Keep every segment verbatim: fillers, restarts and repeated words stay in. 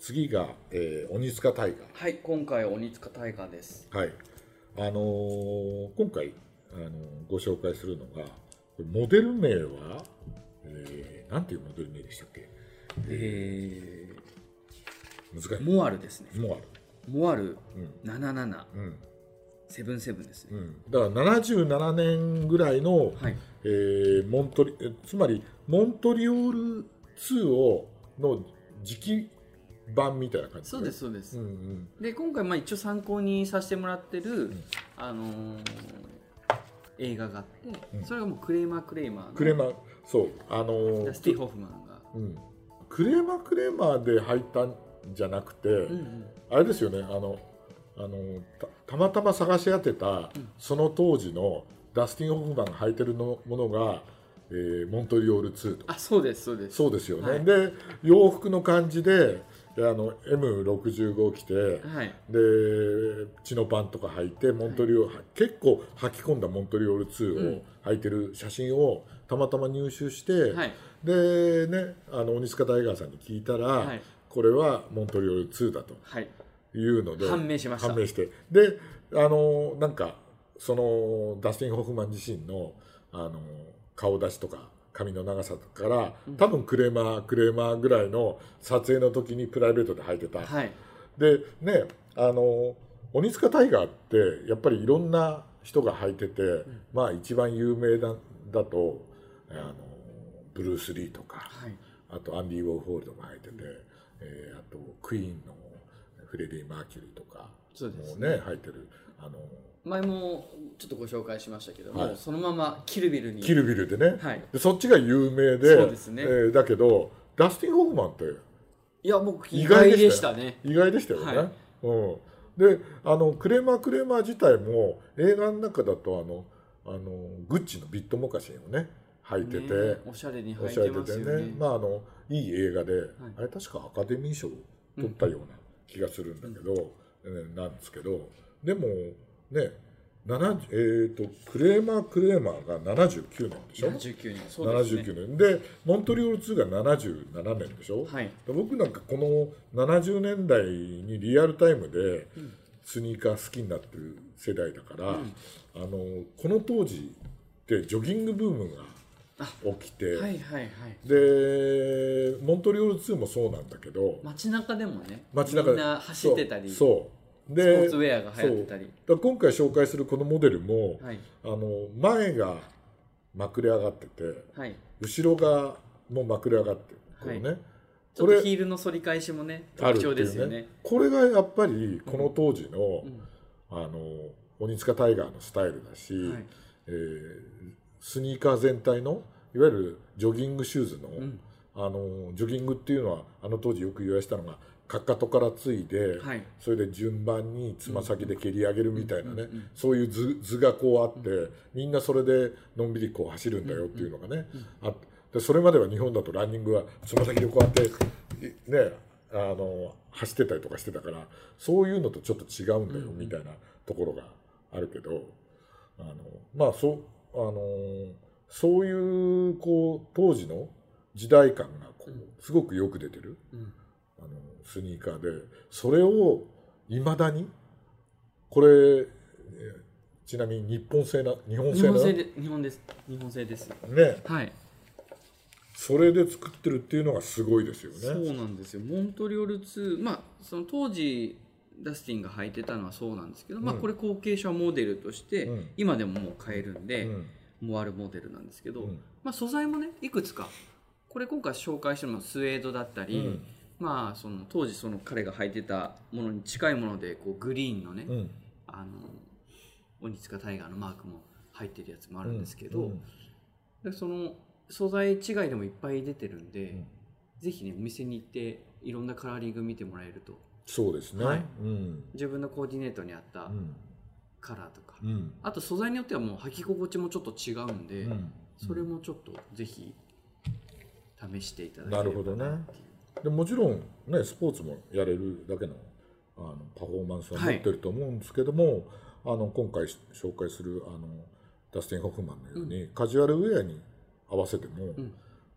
次が、えー、鬼塚タイガー。 はい、今回は鬼塚タイガーです。 はい、あのー、今回、あのー、ご紹介するのがモデル名は、えー、なんていうモデル名でしたっけ？ えー、難しい。 モアルですね。 モアル。 モアルななじゅうなな、うん、セブンセブンですね、 うん、だからななじゅうななねんぐらいの、はい、えー、モントリつまりモントリオールツーをの次期版みたいな感じ。 そうですそうです、 うんうん、 で今回まあ一応参考にさせてもらってる、うん、あのー、映画があって、うん、それがもうクレイマークレイマーのクレイマーそうあのー、 ダスティ・ホフマンが、 うん、クレイマークレイマーで入ったんじゃなくて、うんうん、あれですよね、あのあの た, たまたま探し当てた、うん、その当時のダスティン・ホフマンが履いてるのものが、えー、モントリオールツーとか。 あ、そうですそうですそうですよね、 はい、 で洋服の感じであの エムろくじゅうご 着て、はい、でチノパンとか履いてモントリオ、はい、結構履き込んだモントリオールツーを履いてる写真をたまたま入手して、はい、でね、あの鬼塚タイガーさんに聞いたら、はい、これはモントリオールツーだというので、 はい、判明しました。 判明してであのなんかそのダスティン・ホフマン自身のあの顔出しとか髪の長さから多分クレーマークレーマーぐらいの撮影の時にプライベートで履いてた、はい、でね、あの鬼塚タイガーってやっぱりいろんな人が履いてて、うん、まあ一番有名だ、だとあのブルース・リーとか、はい、あとアンディ・ウォーホールドも履いてて、うん、えー、あとクイーンのフレディ・マーキュリーとかもね、ね、履いてる。あの前もちょっとご紹介しましたけども、はい、そのままキルビルにキルビルでね、はい、でそっちが有名で、そうですね、えー、だけどダスティン・ホフマンっていや僕意外でしたね。 意外でしたよね、はい、うん、であのクレーマークレーマー自体も映画の中だとあのあのグッチのビットモカシンをね履いてて、ね、 おしゃれに履いてますよね。 ね、まあ、あのいい映画で、はい、あれ確かアカデミー賞を取ったような気がするんだけど、うん、なんですけどでもね、えー、とクレーマークレーマーがななじゅうきゅうねんでしょ。 ななじゅうきゅうねん、そうですね、 ななじゅうきゅうねんでモントリオールツーがななじゅうななねんでしょ、はい、僕なんかこのななじゅうねんだいにリアルタイムでスニーカー好きになってる世代だから、うん、あのこの当時ってジョギングブームが起きて、はいはいはい、でモントリオールツーもそうなんだけど街中でもね、 街中でみんな走ってたり、 そうそうでスポーツウェアが流行ってたり、 だ今回紹介するこのモデルも、はい、あの前がまくれ上がってて、はい、後ろがもうまくれ上がってる、このね、はい、 ちょっとヒールの反り返しもね特徴ですよね。 ね、これがやっぱりこの当時の、うん、あの鬼塚タイガーのスタイルだし、はい、えー、スニーカー全体のいわゆるジョギングシューズの、うん、あのジョギングっていうのはあの当時よく言われてたのがかかとからついで、はい、それで順番につま先で蹴り上げるみたいなね、うんうんうん、そういう図、図がこうあって、うん、みんなそれでのんびりこう走るんだよっていうのがね、うんうん、あでそれまでは日本だとランニングはつま先でこうやってね、あの走ってたりとかしてたから、そういうのとちょっと違うんだよみたいなところがあるけど、あのまあそあのそういうこう当時の時代感がこうすごくよく出てる、うん、あのスニーカーで、それをいまだにこれちなみに日本製な日本製な日本製で日本です日本製ですね、 はい、 それで作ってるっていうのがすごいですよね。 そうなんですよ。モントリオールツー、まあその当時ダスティンが履いてたのはそうなんですけど、うん、まあこれ後継者モデルとして今でももう買えるんで、うん、モアルモデルなんですけど、うん、まあ素材もねいくつか、これ今回紹介したのはスウェードだったり、うん、まあその当時その彼が履いてたものに近いものでこうグリーンのね、うん、あの鬼塚タイガーのマークも入ってるやつもあるんですけど、うん、でその素材違いでもいっぱい出てるんで、うん、ぜひねお店に行っていろんなカラーリング見てもらえると。 そうですね、はい、うん、 自分のコーディネートに合ったカラーとか、うん、あと素材によってはもう履き心地もちょっと違うんで、うん、それもちょっとぜひ試していただければなっていう。 なるほどね。でもちろんねスポーツもやれるだけの、あのパフォーマンスは持ってると思うんですけども、はい、あの今回紹介するあのダスティン・ホフマンのように、うん、カジュアルウェアに合わせても、うん、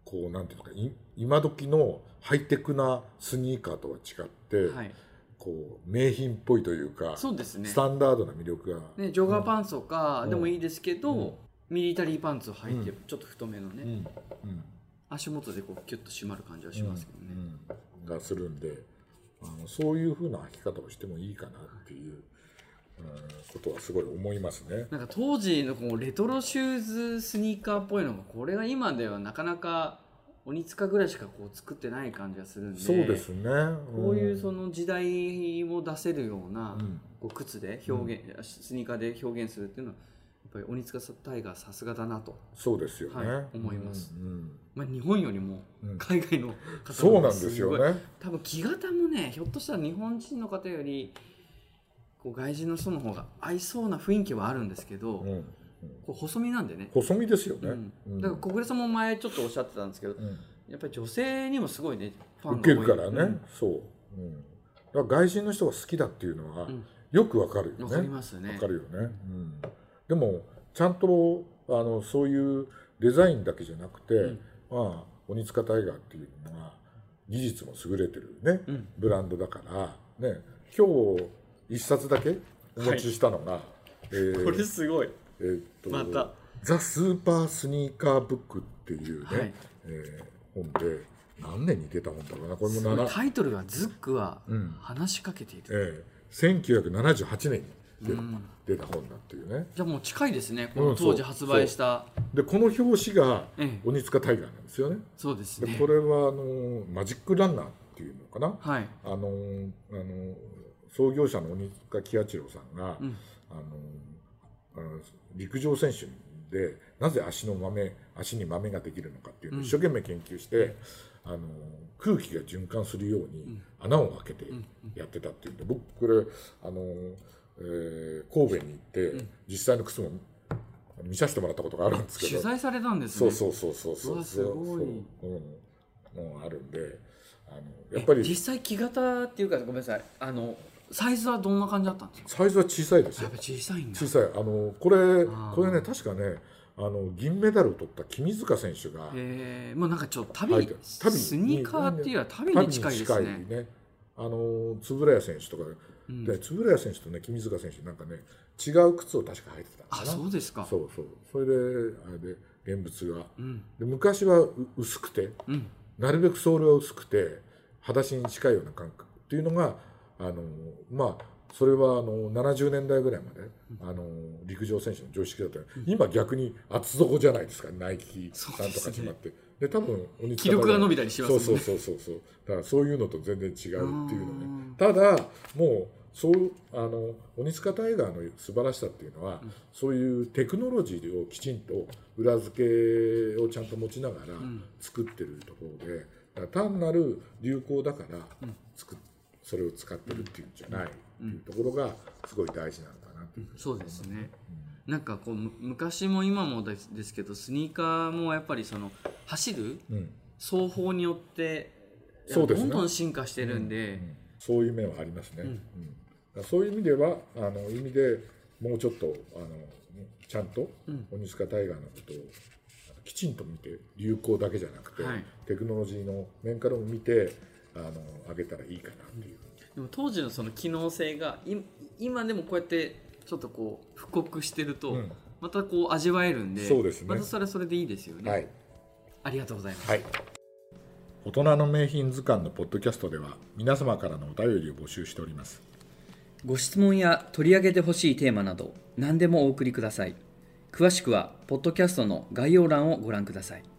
こうなんていうかい今時のハイテクなスニーカーとは違って、はい、こう名品っぽいというか、 そうですね、 スタンダードな魅力が、 ね、ジョガーパンツとかでもいいですけど、うん、ミリタリーパンツを履いて、 うん、 ちょっと太めのね、うんうん、足元でこうキュッと締まる感じはしますけどね、うんうん、がするんで、あのそういう風な履き方をしてもいいかなっていう、うん、ことはすごい思いますね。 なんか当時のこうレトロシューズスニーカーっぽいのが、これが今ではなかなか鬼塚ぐらいしかこう作ってない感じがするんで、 そうですね、うん、 こういうその時代を出せるような、うん、こう靴で表現、うん、スニーカーで表現するっていうのはやっぱり鬼塚タイガーさすがだなと、 そうですよね、 はい、思います、 うんうん、 まあ、日本よりも海外の方が、 うん、そうなんですよね。 多分木型もね、ひょっとしたら日本人の方よりこう外人の人の方が合いそうな雰囲気はあるんですけど、うんうん、こう細身なんでね、 細身ですよね、 うん、だから小暮さんも前ちょっとおっしゃってたんですけど、うん、やっぱり女性にもすごいねファンが多い、受けるからね、うん、そう、うん、だから外人の人が好きだっていうのはよくわかるよね、わかりますね、 わかるよね、うん、でもちゃんとあのそういうデザインだけじゃなくて、うん、まあ鬼塚タイガーっていうのは技術も優れてるね、うん、ブランドだからね、今日一冊だけお持ちしたのが、はい、 えー、これすごい、 えー、っとまたザ・スーパースニーカーブックっていうね、はい、えー、本で何年に出た本だろうな、これもタイトルがズックは話しかけている、 うん、えー、せんきゅうひゃくななじゅうはちねんに出た、うん、出た本だっていうね。 じゃあもう近いですね、この当時発売した、 うん、でこの表紙が鬼塚タイガーなんですよね、ええ、 そうですね。 でこれはあのマジックランナーっていうのかな、 はい、 あのあの創業者の鬼塚喜八郎さんが、うん、あのあの陸上選手でなぜ足の豆足に豆ができるのかっていうのを一生懸命研究して、うん、あの空気が循環するように穴を開けてやってたっていうんで、僕これあの、えー、神戸に行って実際の靴も見させてもらったことがあるんですけど、 取材されたんですね。 そうそうそうそうそう、 すごい、うん、 もうあるんで、あのやっぱり実際木型っていうか、ごめんなさい、あのサイズはどんな感じだったんですか？ サイズは小さいですよ。 やっぱ小さいんだ。 小さい。あのこれこれね、確かね、あの銀メダルを取った君塚選手が、 えー、もうなんかちょっと旅スニーカーっていうのは旅に近いですね。ね、 あの円谷選手とか、うん、で円谷選手とね君塚選手なんかね違う靴を確か履いてたんかな。あ、そうですか。 そうそう。それであれで現物が、うん、で昔は薄くて、うん、なるべくソールが薄くて裸足に近いような感覚っていうのが、あのまあそれはあのななじゅうねんだいぐらいまで、うん、あの陸上選手の常識だった、うん、今逆に厚底じゃないですか、ナイキさんとか始まって、で、ね、多分記録が伸びたりしますね。 そうそうそうそう、だからそういうのと全然違うっていうのね。ただもうそうあの鬼塚タイガーの素晴らしさっていうのは、うん、そういうテクノロジーをきちんと裏付けをちゃんと持ちながら作ってるところで、だから単なる流行だから作っ、それを使ってるっていうんじゃないっていうところがすごい大事なのかなという、 うん、そうですね、うん、なんかこう昔も今もですですけど、スニーカーもやっぱりその走る走法によってどんどん進化してるんで、 うんうん、そういう面はありますね、うんうん、そういう意味ではあの意味でもうちょっとあのちゃんと鬼塚タイガーのことをきちんと見て、流行だけじゃなくて、はい、テクノロジーの面からも見てあの上げたらいいかなっていう。 でも当時のその機能性が今でもこうやってちょっとこう復刻してるとまたこう味わえるんで、 そうですね、 またそれはそれでいいですよね、 はい、 ありがとうございます、 はい、大人の名品図鑑のポッドキャストでは皆様からのお便りを募集しております。 ご質問や取り上げてほしいテーマなど何でもお送りください。詳しくはポッドキャストの概要欄をご覧ください。